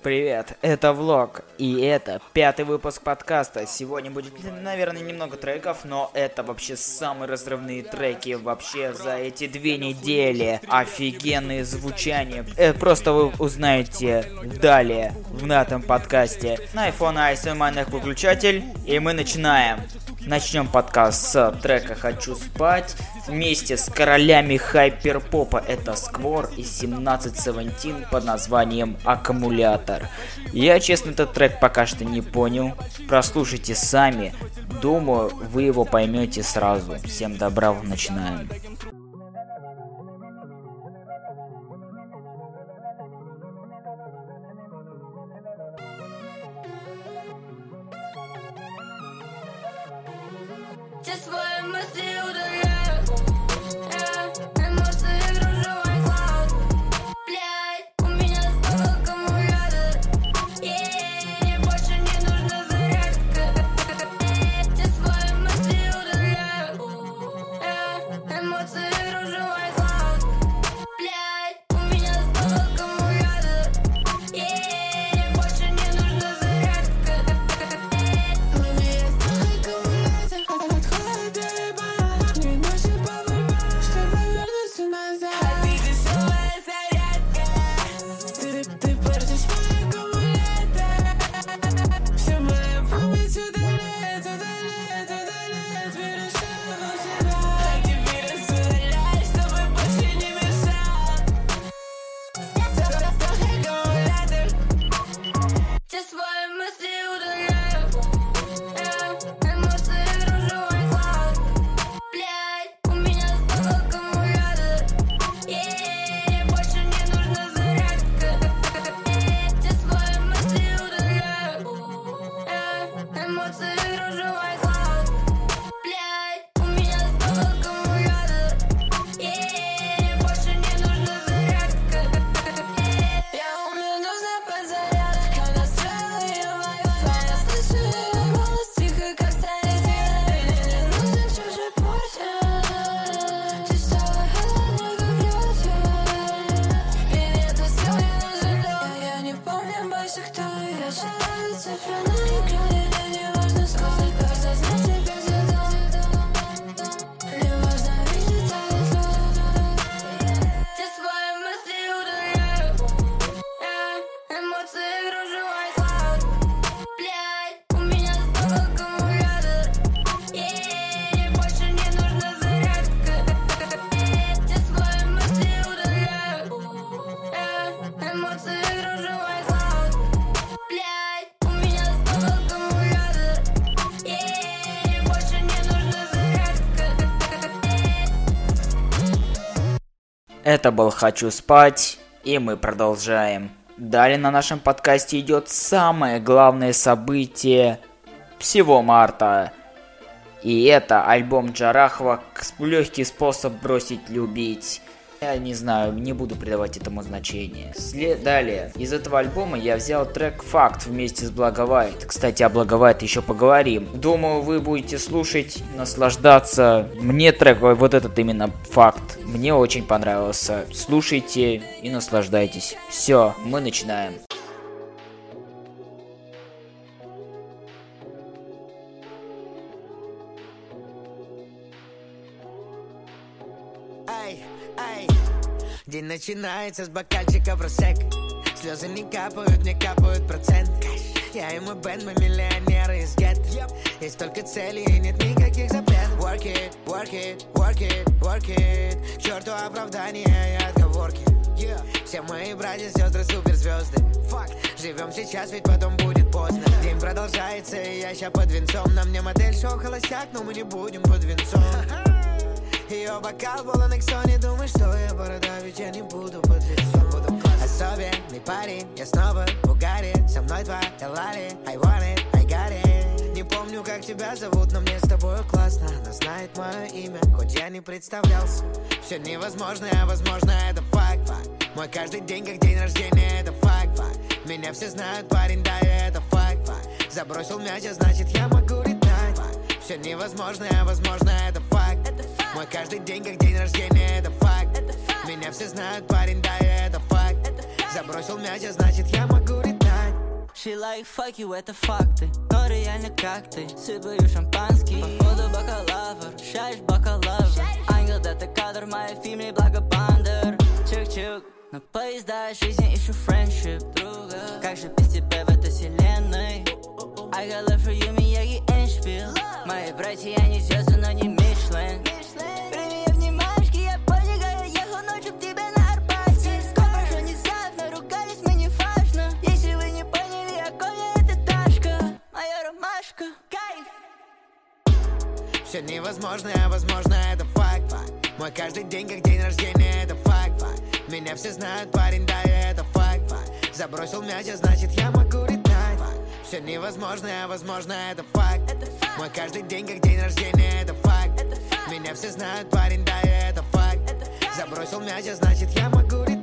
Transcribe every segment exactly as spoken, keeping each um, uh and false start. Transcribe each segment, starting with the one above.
Привет, это влог, и это пятый выпуск подкаста. Сегодня будет, наверное, немного треков, но это вообще самые разрывные треки вообще за эти две недели. Офигенные звучания. Это просто вы узнаете далее в этом подкасте. На iPhone эй эс эм ай выключатель, и мы начинаем. Начнем подкаст с трека «Хочу спать» вместе с королями хайперпопа. Это Сквор и семнадцать семнадцать под названием «Аккумулятор». Я, честно, этот трек пока что не понял. Прослушайте сами. Думаю, вы его поймете сразу. Всем добра, начинаем. Все свои мысли удаляю, э, эмоции гружу в iCloud. Блядь, у меня стал аккумулятор, yeah, мне больше не нужна зарядка. Все свои мысли удаляю, э, эмоции гружу в iCloud. Блядь, у меня стал аккумулятор, yeah, мне больше не нужна зарядка. У меня стал аккумулятор. Это был «Хочу спать», и мы продолжаем. Далее на нашем подкасте идет самое главное событие всего марта. И это альбом Джарахова «Легкий способ бросить любить». Я не знаю, не буду придавать этому значения. След... Далее, из этого альбома я взял трек «Факт» вместе с Благовайт. Кстати, о Благовайт еще поговорим. Думаю, вы будете слушать, наслаждаться. Мне трек, вот этот именно «Факт», мне очень понравился. Слушайте и наслаждайтесь. Все, мы начинаем. День начинается с бокальчика просек. Слезы не капают, мне капают процент. Я и мой бэнд, мы миллионеры из гет. Есть только цели и нет никаких запрет. Work it, work it, work it, work it. К черту оправдания и отговорки. Все мои братья, сестры, суперзвезды. Живем сейчас, ведь потом будет поздно. День продолжается, и я ща под венцом. На мне модель шоу холостяк, но мы не будем под венцом. Ее бокал полон эксони, думаешь, что я борода, ведь я не буду под лицом. Особенный парень, я снова в угаре. Со мной твоя лали, I want it, I got it. Не помню, как тебя зовут, но мне с тобой классно. Она знает мое имя, хоть я не представлялся. Все невозможное, возможно, это факт. Мой каждый день, как день рождения, это факт. Меня все знают, парень, да, это факт. Забросил мяч, а значит, я могу летать. Все невозможное, возможно, это факт. Мой каждый день, как день рождения, это факт. Меня все знают, парень, да, это факт. Забросил мяч, а значит, я могу летать. Actually like fuck you, это факты. Но реально как ты, сыпаю шампанский. Походу бакалавр, шаришь бакалавр. Ангел, это кадр, моя фирме благо бандер. Чук-чук, на поезда жизни ищу френдшип друга. Как же без тебя в этой вселенной? I got love for you, Мияги Эйншпиль. Мои братья, они звезды, но не Мишлен. Прими внимашки, я подвигаю, ехал ночью к тебе на Арбате. Скоро же внезапно, ругались мы не важно. Если вы не поняли, о ком я, это Ташка. Моя ромашка, кайф. Все невозможно, а возможно, это факт, факт. Мой каждый день как день рождения, это факт, факт. Меня все знают, парень, да, это факт, факт. Забросил мяч, а значит я могу летать. Все невозможно, а возможно, это факт. Это факт. Мой каждый день как день рождения, это факт. Это факт. Меня все знают, парень, да, это факт. Это факт. Забросил мяч, а значит я могу летать.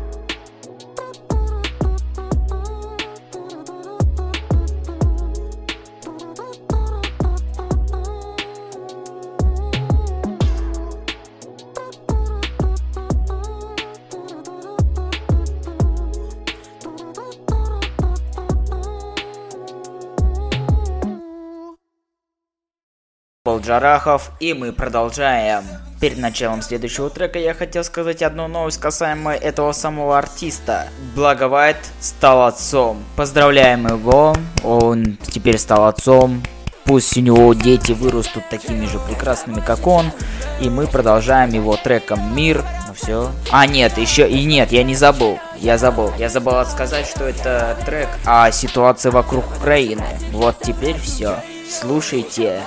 Пол Джарахов, и мы продолжаем. Перед началом следующего трека я хотел сказать одну новость касаемо этого самого артиста. Благо Вайт стал отцом. Поздравляем его, он теперь стал отцом. Пусть у него дети вырастут такими же прекрасными, как он. И мы продолжаем его треком «Мир». Ну все. А нет, еще и нет, я не забыл. Я забыл. Я забыл сказать, что это трек о ситуации вокруг Украины. Вот теперь все. Слушайте.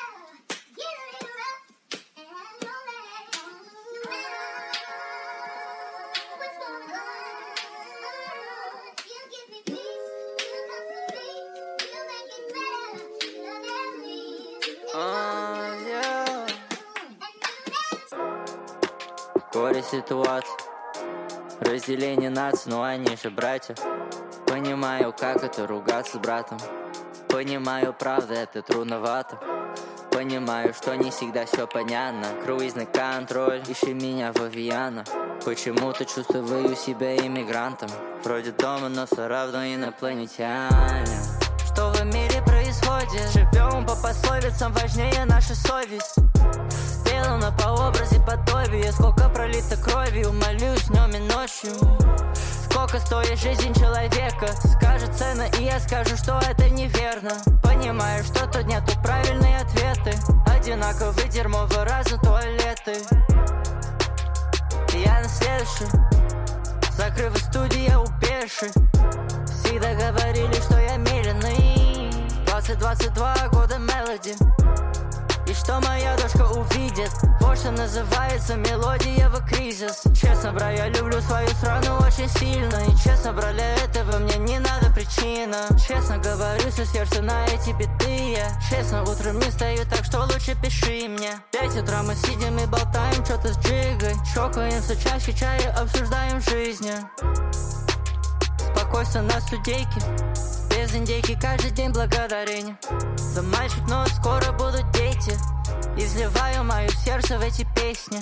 Горе ситуаций, разделение наций, но они же братья. Понимаю, как это ругаться с братом. Понимаю, правда, это трудновато. Понимаю, что не всегда все понятно. Круизный контроль, ищи меня в Авиано. Почему-то чувствую себя иммигрантом. Вроде дома, но все равно инопланетянин. Что в мире происходит? Живем по пословицам, важнее наша совесть. Сделано по образе подобия. Сколько пролито крови, умолюсь днем и ночью. Сколько стоит жизнь человека? Скажет цена, и я скажу, что это неверно. Понимаю, что тут нету правильные ответы. Одинаковые дерьмовые разные туалеты. И я на следующий. Закрыв студию, я упеший. Всегда говорили, что я медленный. Двадцать двадцать два года мелоди. И что моя дочка увидит? Вот что называется мелодия в кризис. Честно, бра, я люблю свою страну очень сильно. И честно, бра, для этого мне не надо причина. Честно говорю, со сердца на эти биты я. Честно, утром не стою, так что лучше пиши мне. Пять утра мы сидим и болтаем что-то с джигой. Чокаемся чаще чая, обсуждаем жизнь. Спокойствие на студейке. Без индейки каждый день благодарение. За мальчик, но скоро будут дети. Изливаю мое сердце в эти песни.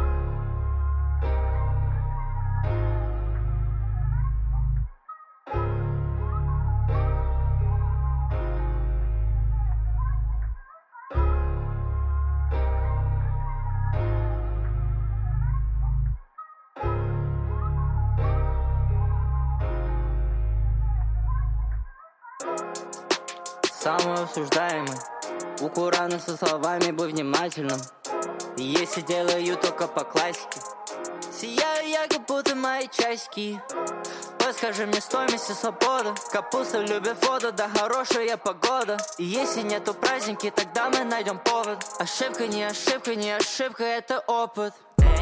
Самый осуждаемый. У Курана со словами будь внимательным. И если делаю только по классике, сияю я, как будто мои часики. Подскажи мне стоимость и свобода. Капуста любит воду, да хорошая погода. И если нету праздники, тогда мы найдем повод. Ошибка, не ошибка, не ошибка, это опыт.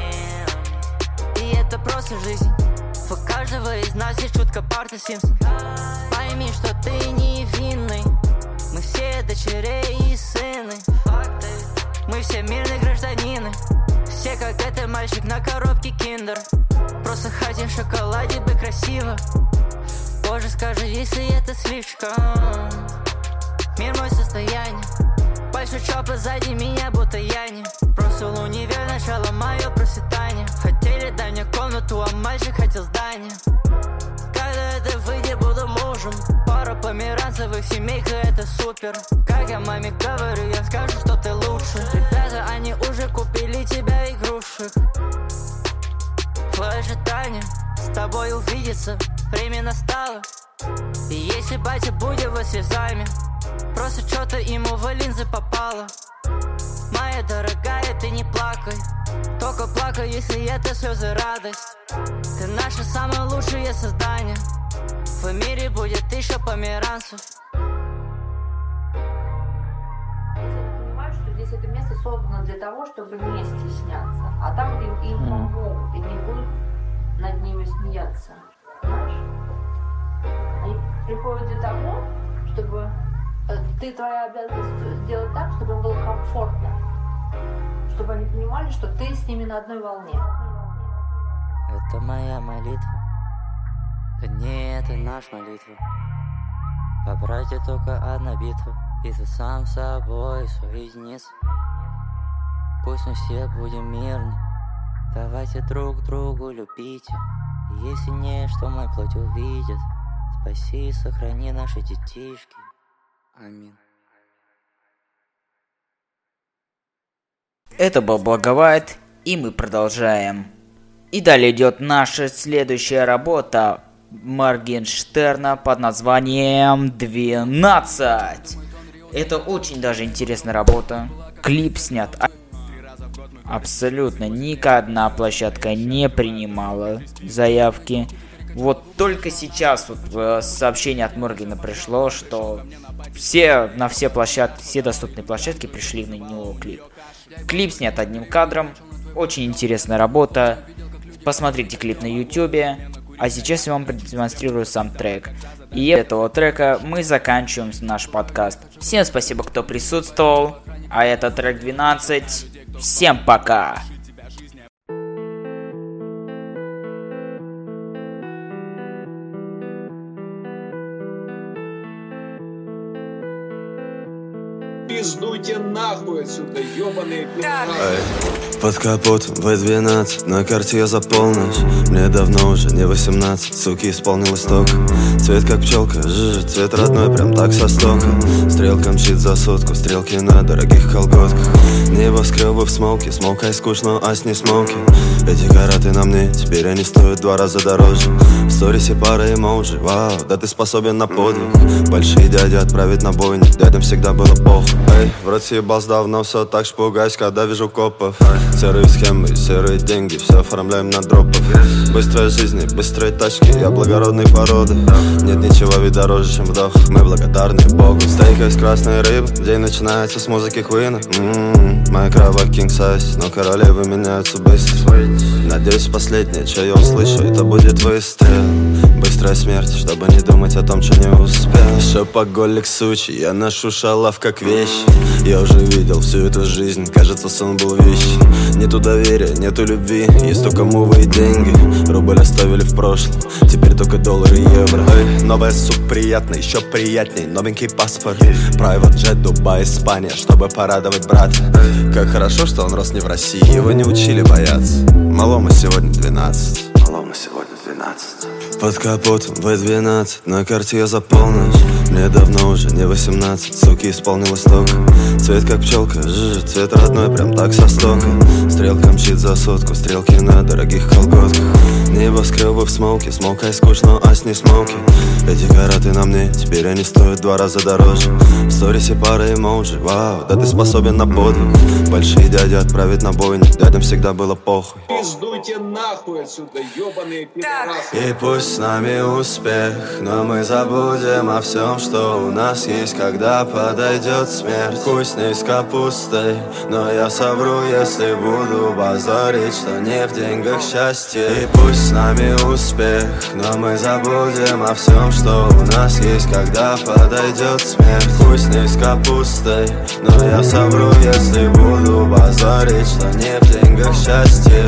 И это просто жизнь. У каждого из нас есть чутка Барта Симпсон. Пойми, что ты невинный. Мы все дочерей и сыны. Мы все мирные гражданины. Все как этот мальчик на коробке киндер. Просто хотим в шоколаде быть красиво. Боже, скажи, если это слишком. Мир мой состояние. Большой чоп позади меня, будто я не. Просто универ, начало мое процветание. Хотели дать мне комнату, а мальчик хотел здание. Когда это выйдет, буду мужем. Пара померанцевых семейка это супер. Как я маме говорю, я скажу, что ты лучше. Ребята, они уже купили тебя игрушек. Твое ожидание с тобой увидеться, время настало. И если батя будет во слезами, просто что-то ему в линзы попало. Моя дорогая, ты не плакай, только плакай, если это слезы радость. Ты наше самое лучшее создание. В мире будет еще померанцев. Понимаешь, что здесь это место создано для того, чтобы не стесняться. А там, где им помогут и не будут над ними смеяться. Понимаешь? Они приходят для того, чтобы ты, твоя обязанность сделать так, чтобы им было комфортно. Чтобы они понимали, что ты с ними на одной волне. Это моя молитва. Да не, это наша молитва. По братья только одна битва. Битва сам с собой, свой единиц. Пусть мы все будем мирны. Давайте друг другу любите. И если не, что мой плоть увидит, спаси и сохрани наши детишки. Аминь. Это был Благовайт, и мы продолжаем. И далее идет наша следующая работа Моргенштерна под названием двенадцать. Это очень даже интересная работа. Клип снят абсолютно ни одна площадка не принимала заявки. Вот только сейчас вот сообщение от Моргена пришло, что все на все площадки, все доступные площадки пришли на него клип. Клип снят одним кадром, очень интересная работа. Посмотрите клип на ютубе. А сейчас я вам продемонстрирую сам трек. И этого трека мы заканчиваем наш подкаст. Всем спасибо, кто присутствовал. А это трек двенадцать. Всем пока! Пиздуйте нахуй отсюда, ёбаные пидорасы. Эй, под капотом вэ двенадцать, на карте я за полночь. Мне давно уже не восемнадцать, суки, исполнилось только. Цвет как пчелка, жижа, цвет родной, прям так со стока. Стрелка мчит за сотку, стрелки на дорогих колготках. Небоскребы в смоке, смолкай скучно, а с не смоки. Эти караты на мне, теперь они стоят два раза дороже. В сторисе пара эмоджи, вау, да ты способен на подвиг. Большие дяди отправить на бойню, дядям всегда было похуй. Эй, в рот съебался давно, все так ж пугаюсь, когда вижу копов. Серые схемы, серые деньги, все оформляем на дропах. Быстрая жизнь, быстрые тачки, я благородной породы. Нет ничего ведь дороже, чем вдох, мы благодарны Богу. Стейка из красной рыбы, день начинается с музыки Квина. М-м-м, моя кровать king size, но королевы меняются быстро. Надеюсь, последнее, что я услышу, это будет выстрел. Быстрая смерть, чтобы не думать о том, что не успел. Шопоголик сучий, я ношу шалав как вещь. Я уже видел всю эту жизнь, кажется, сон был вещи. Нету доверия, нету любви, есть только мувы и деньги. Рубль оставили в прошлом, теперь только доллары и евро. Эй, новая суп приятная, еще приятней, новенький паспорт. Private jet, Дубай, Испания, чтобы порадовать брата. Как хорошо, что он рос не в России, его не учили бояться. Малому сегодня двенадцать, малому сегодня двенадцать. Под капотом вэ двенадцать, на карте я за полночь. Мне давно уже не восемнадцать, суки, исполнилось только. Цвет как пчелка, жижа, цвет родной, прям так со стока. Стрелка мчит за сотку, стрелки на дорогих колготках. Небоскребы в смоке, смолкай скучно, а с не смоки. Эти караты на мне, теперь они стоят два раза дороже. В сторисе пара эмоджи, вау, да ты способен на подвиг. Большие дяди отправить на бойню, дядям всегда было похуй. Пиздуйте нахуй отсюда, ёбаные пидорасы. И пусть с нами успех, но мы забудем о всем, что у нас есть, когда подойдет смерть. Хуй с ней с капустой, но я совру, если буду базарить, что не в деньгах счастье. И пусть с нами успех, но мы забудем о всем, что у нас есть, когда подойдет смерть. Хуй с ней с капустой, но я совру, если буду базарить, что не в деньгах счастье.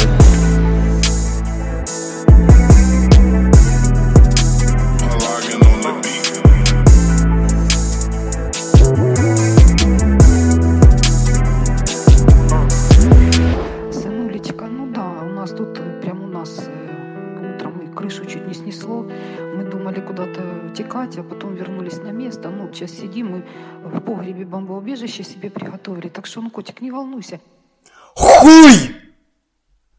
Сынулечка, ну да, у нас тут прямо у нас утром крышу чуть не снесло. Мы думали куда-то текать, снимать, а потом вернулись на место. Ну, сейчас сидим и в погребе бомбоубежище себе приготовили. Так что, ну, котик, не волнуйся. Хуй!